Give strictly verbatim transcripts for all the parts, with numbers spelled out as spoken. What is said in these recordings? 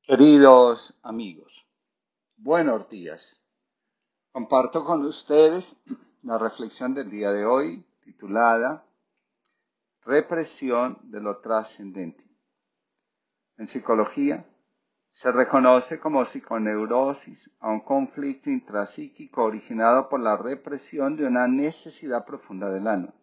Queridos amigos, buenos días. Comparto con ustedes la reflexión del día de hoy titulada Represión de lo trascendente. En psicología se reconoce como psiconeurosis a un conflicto intrapsíquico originado por la represión de una necesidad profunda del alma.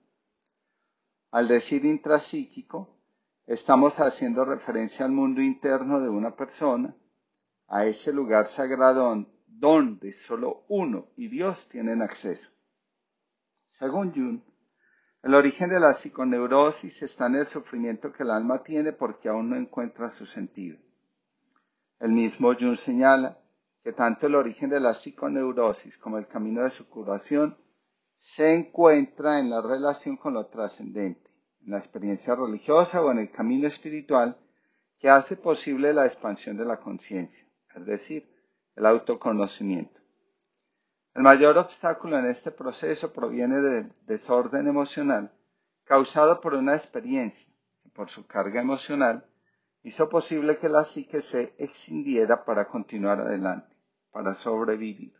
Al decir intrapsíquico, estamos haciendo referencia al mundo interno de una persona, a ese lugar sagrado donde solo uno y Dios tienen acceso. Según Jung, el origen de la psiconeurosis está en el sufrimiento que el alma tiene porque aún no encuentra su sentido. El mismo Jung señala que tanto el origen de la psiconeurosis como el camino de su curación se encuentra en la relación con lo trascendente, en la experiencia religiosa o en el camino espiritual que hace posible la expansión de la conciencia, es decir, el autoconocimiento. El mayor obstáculo en este proceso proviene del desorden emocional causado por una experiencia que, por su carga emocional, hizo posible que la psique se excindiera para continuar adelante, para sobrevivir.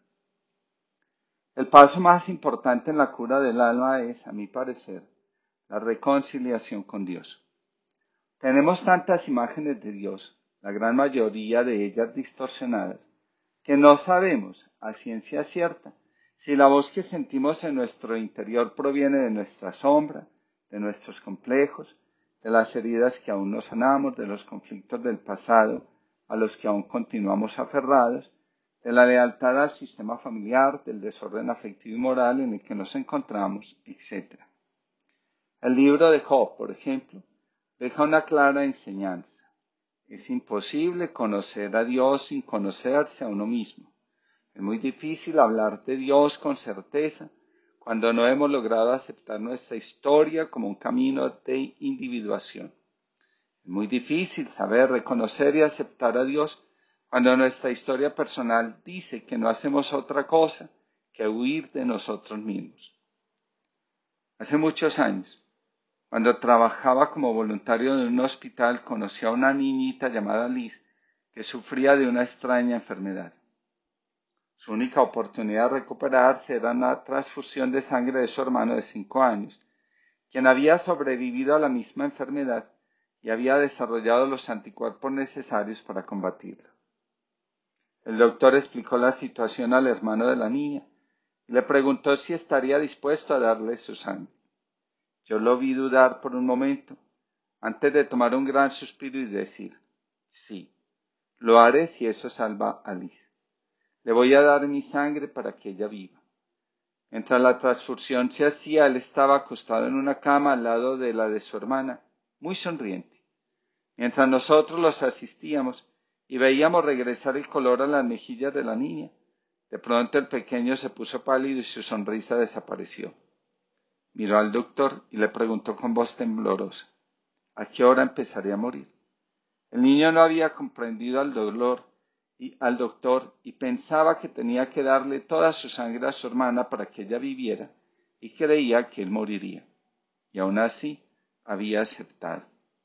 El paso más importante en la cura del alma es, a mi parecer, la reconciliación con Dios. Tenemos tantas imágenes de Dios, la gran mayoría de ellas distorsionadas, que no sabemos, a ciencia cierta, si la voz que sentimos en nuestro interior proviene de nuestra sombra, de nuestros complejos, de las heridas que aún no sanamos, de los conflictos del pasado a los que aún continuamos aferrados, de la lealtad al sistema familiar, del desorden afectivo y moral en el que nos encontramos, etcétera. El libro de Job, por ejemplo, deja una clara enseñanza. Es imposible conocer a Dios sin conocerse a uno mismo. Es muy difícil hablar de Dios con certeza cuando no hemos logrado aceptar nuestra historia como un camino de individuación. Es muy difícil saber reconocer y aceptar a Dios cuando nuestra historia personal dice que no hacemos otra cosa que huir de nosotros mismos. Hace muchos años, cuando trabajaba como voluntario en un hospital, conocí a una niñita llamada Liz que sufría de una extraña enfermedad. Su única oportunidad de recuperarse era una transfusión de sangre de su hermano de cinco años, quien había sobrevivido a la misma enfermedad y había desarrollado los anticuerpos necesarios para combatirla. El doctor explicó la situación al hermano de la niña y le preguntó si estaría dispuesto a darle su sangre. Yo lo vi dudar por un momento, antes de tomar un gran suspiro y decir, sí, lo haré si eso salva a Liz. Le voy a dar mi sangre para que ella viva. Mientras la transfusión se hacía, él estaba acostado en una cama al lado de la de su hermana, muy sonriente. Mientras nosotros los asistíamos y veíamos regresar el color a las mejillas de la niña, de pronto el pequeño se puso pálido y su sonrisa desapareció. Miró al doctor y le preguntó con voz temblorosa, ¿a qué hora empezaría a morir? El niño no había comprendido al dolor y al doctor y pensaba que tenía que darle toda su sangre a su hermana para que ella viviera y creía que él moriría. Y aún así había aceptado.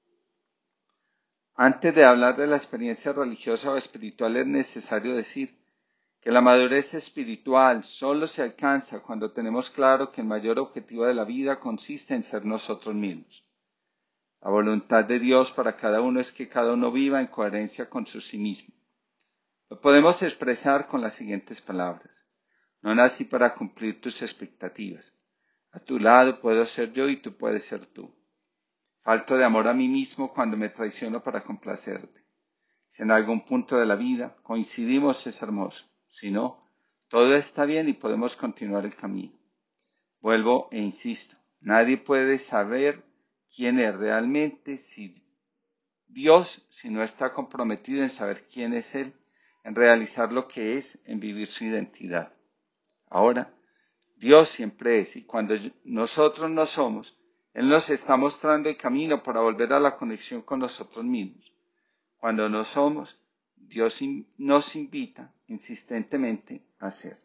Antes de hablar de la experiencia religiosa o espiritual es necesario decir que la madurez espiritual solo se alcanza cuando tenemos claro que el mayor objetivo de la vida consiste en ser nosotros mismos. La voluntad de Dios para cada uno es que cada uno viva en coherencia con su sí mismo. Lo podemos expresar con las siguientes palabras. No nací para cumplir tus expectativas. A tu lado puedo ser yo y tú puedes ser tú. Falto de amor a mí mismo cuando me traiciono para complacerte. Si en algún punto de la vida coincidimos es hermoso. Si no, todo está bien y podemos continuar el camino. Vuelvo e insisto, nadie puede saber quién es realmente si Dios si no está comprometido en saber quién es Él, en realizar lo que es, en vivir su identidad. Ahora, Dios siempre es y cuando nosotros no somos, Él nos está mostrando el camino para volver a la conexión con nosotros mismos. Cuando no somos, Dios nos invita insistentemente a ser.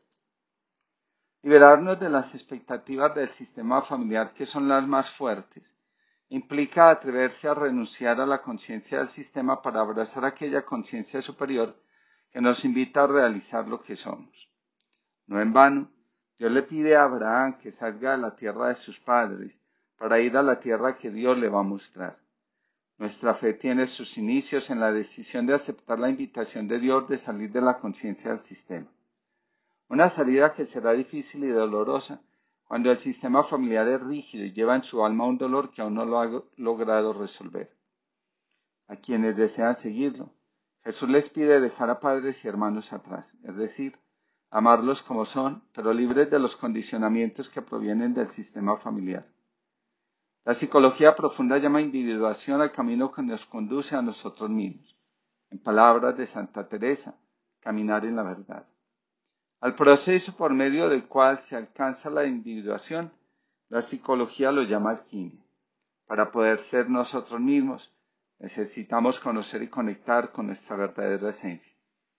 Liberarnos de las expectativas del sistema familiar que son las más fuertes implica atreverse a renunciar a la conciencia del sistema para abrazar aquella conciencia superior que nos invita a realizar lo que somos. No en vano, Dios le pide a Abraham que salga de la tierra de sus padres para ir a la tierra que Dios le va a mostrar. Nuestra fe tiene sus inicios en la decisión de aceptar la invitación de Dios de salir de la conciencia del sistema. Una salida que será difícil y dolorosa cuando el sistema familiar es rígido y lleva en su alma un dolor que aún no lo ha logrado resolver. A quienes desean seguirlo, Jesús les pide dejar a padres y hermanos atrás, es decir, amarlos como son, pero libres de los condicionamientos que provienen del sistema familiar. La psicología profunda llama individuación al camino que nos conduce a nosotros mismos. En palabras de Santa Teresa, caminar en la verdad. Al proceso por medio del cual se alcanza la individuación, la psicología lo llama alquimia. Para poder ser nosotros mismos, necesitamos conocer y conectar con nuestra verdadera esencia.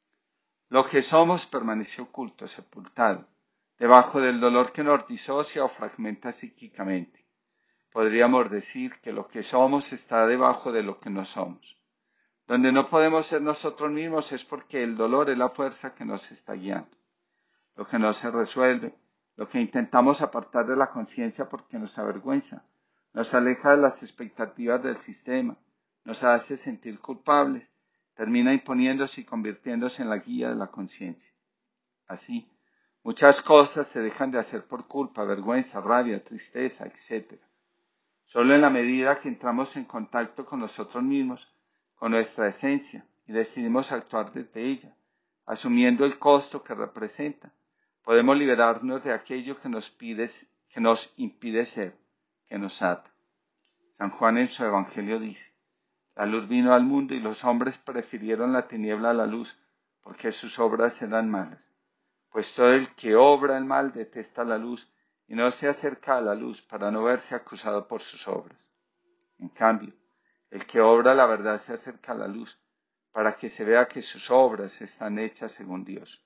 Lo que somos permanece oculto, sepultado, debajo del dolor que nos disocia o fragmenta psíquicamente. Podríamos decir que lo que somos está debajo de lo que no somos. Donde no podemos ser nosotros mismos es porque el dolor es la fuerza que nos está guiando. Lo que no se resuelve, lo que intentamos apartar de la conciencia porque nos avergüenza, nos aleja de las expectativas del sistema, nos hace sentir culpables, termina imponiéndose y convirtiéndose en la guía de la conciencia. Así, muchas cosas se dejan de hacer por culpa, vergüenza, rabia, tristeza, etcétera. Solo en la medida que entramos en contacto con nosotros mismos, con nuestra esencia, y decidimos actuar desde ella, asumiendo el costo que representa, podemos liberarnos de aquello que nos, pide, que nos impide ser, que nos ata. San Juan en su Evangelio dice, la luz vino al mundo y los hombres prefirieron la tiniebla a la luz, porque sus obras eran malas. Pues todo el que obra el mal detesta la luz, y no se acerca a la luz para no verse acusado por sus obras. En cambio, el que obra la verdad se acerca a la luz, para que se vea que sus obras están hechas según Dios.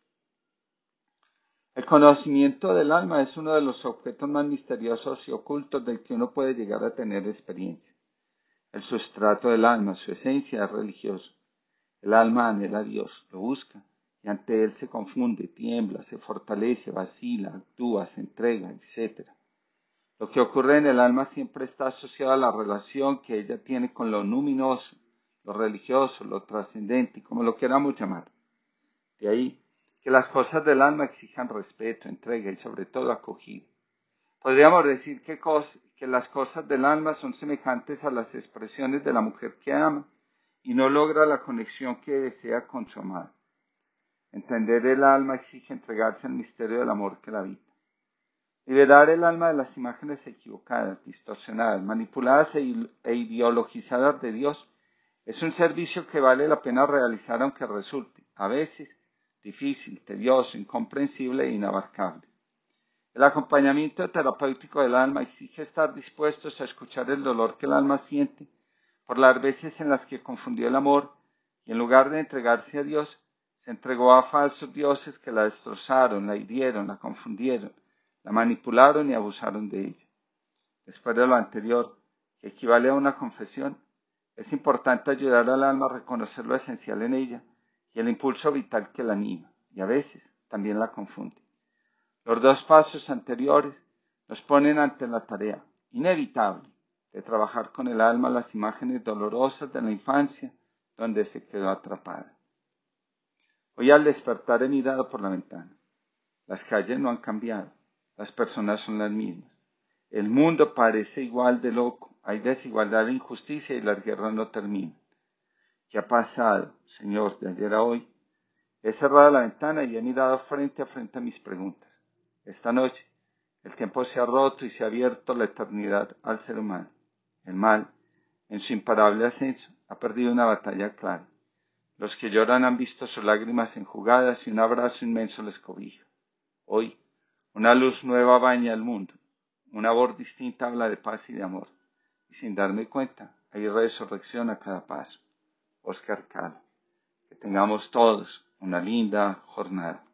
El conocimiento del alma es uno de los objetos más misteriosos y ocultos del que uno puede llegar a tener experiencia. El sustrato del alma, su esencia, es religioso. El alma anhela a Dios, lo busca, y ante él se confunde, tiembla, se fortalece, vacila, actúa, se entrega, etcétera. Lo que ocurre en el alma siempre está asociado a la relación que ella tiene con lo luminoso, lo religioso, lo trascendente, como lo queramos llamar. De ahí que las cosas del alma exijan respeto, entrega y sobre todo acogida. Podríamos decir que, cos, que las cosas del alma son semejantes a las expresiones de la mujer que ama y no logra la conexión que desea con su amado. Entender el alma exige entregarse al misterio del amor que la habita. Liberar el alma de las imágenes equivocadas, distorsionadas, manipuladas e, e ideologizadas de Dios es un servicio que vale la pena realizar aunque resulte, a veces, difícil, tedioso, incomprensible e inabarcable. El acompañamiento terapéutico del alma exige estar dispuestos a escuchar el dolor que el alma siente por las veces en las que confundió el amor y en lugar de entregarse a Dios, se entregó a falsos dioses que la destrozaron, la hirieron, la confundieron, la manipularon y abusaron de ella. Después de lo anterior, que equivale a una confesión, es importante ayudar al alma a reconocer lo esencial en ella y el impulso vital que la anima, y a veces también la confunde. Los dos pasos anteriores nos ponen ante la tarea inevitable de trabajar con el alma las imágenes dolorosas de la infancia donde se quedó atrapada. Hoy al despertar he mirado por la ventana. Las calles no han cambiado, las personas son las mismas. El mundo parece igual de loco, hay desigualdad e injusticia y las guerras no terminan. ¿Qué ha pasado, Señor, de ayer a hoy? He cerrado la ventana y he mirado frente a frente a mis preguntas. Esta noche, el tiempo se ha roto y se ha abierto la eternidad al ser humano. El mal, en su imparable ascenso, ha perdido una batalla clara. Los que lloran han visto sus lágrimas enjugadas y un abrazo inmenso les cobija. Hoy, una luz nueva baña el mundo. Una voz distinta habla de paz y de amor. Y sin darme cuenta, hay resurrección a cada paso. Oscar Calo. Que tengamos todos una linda jornada.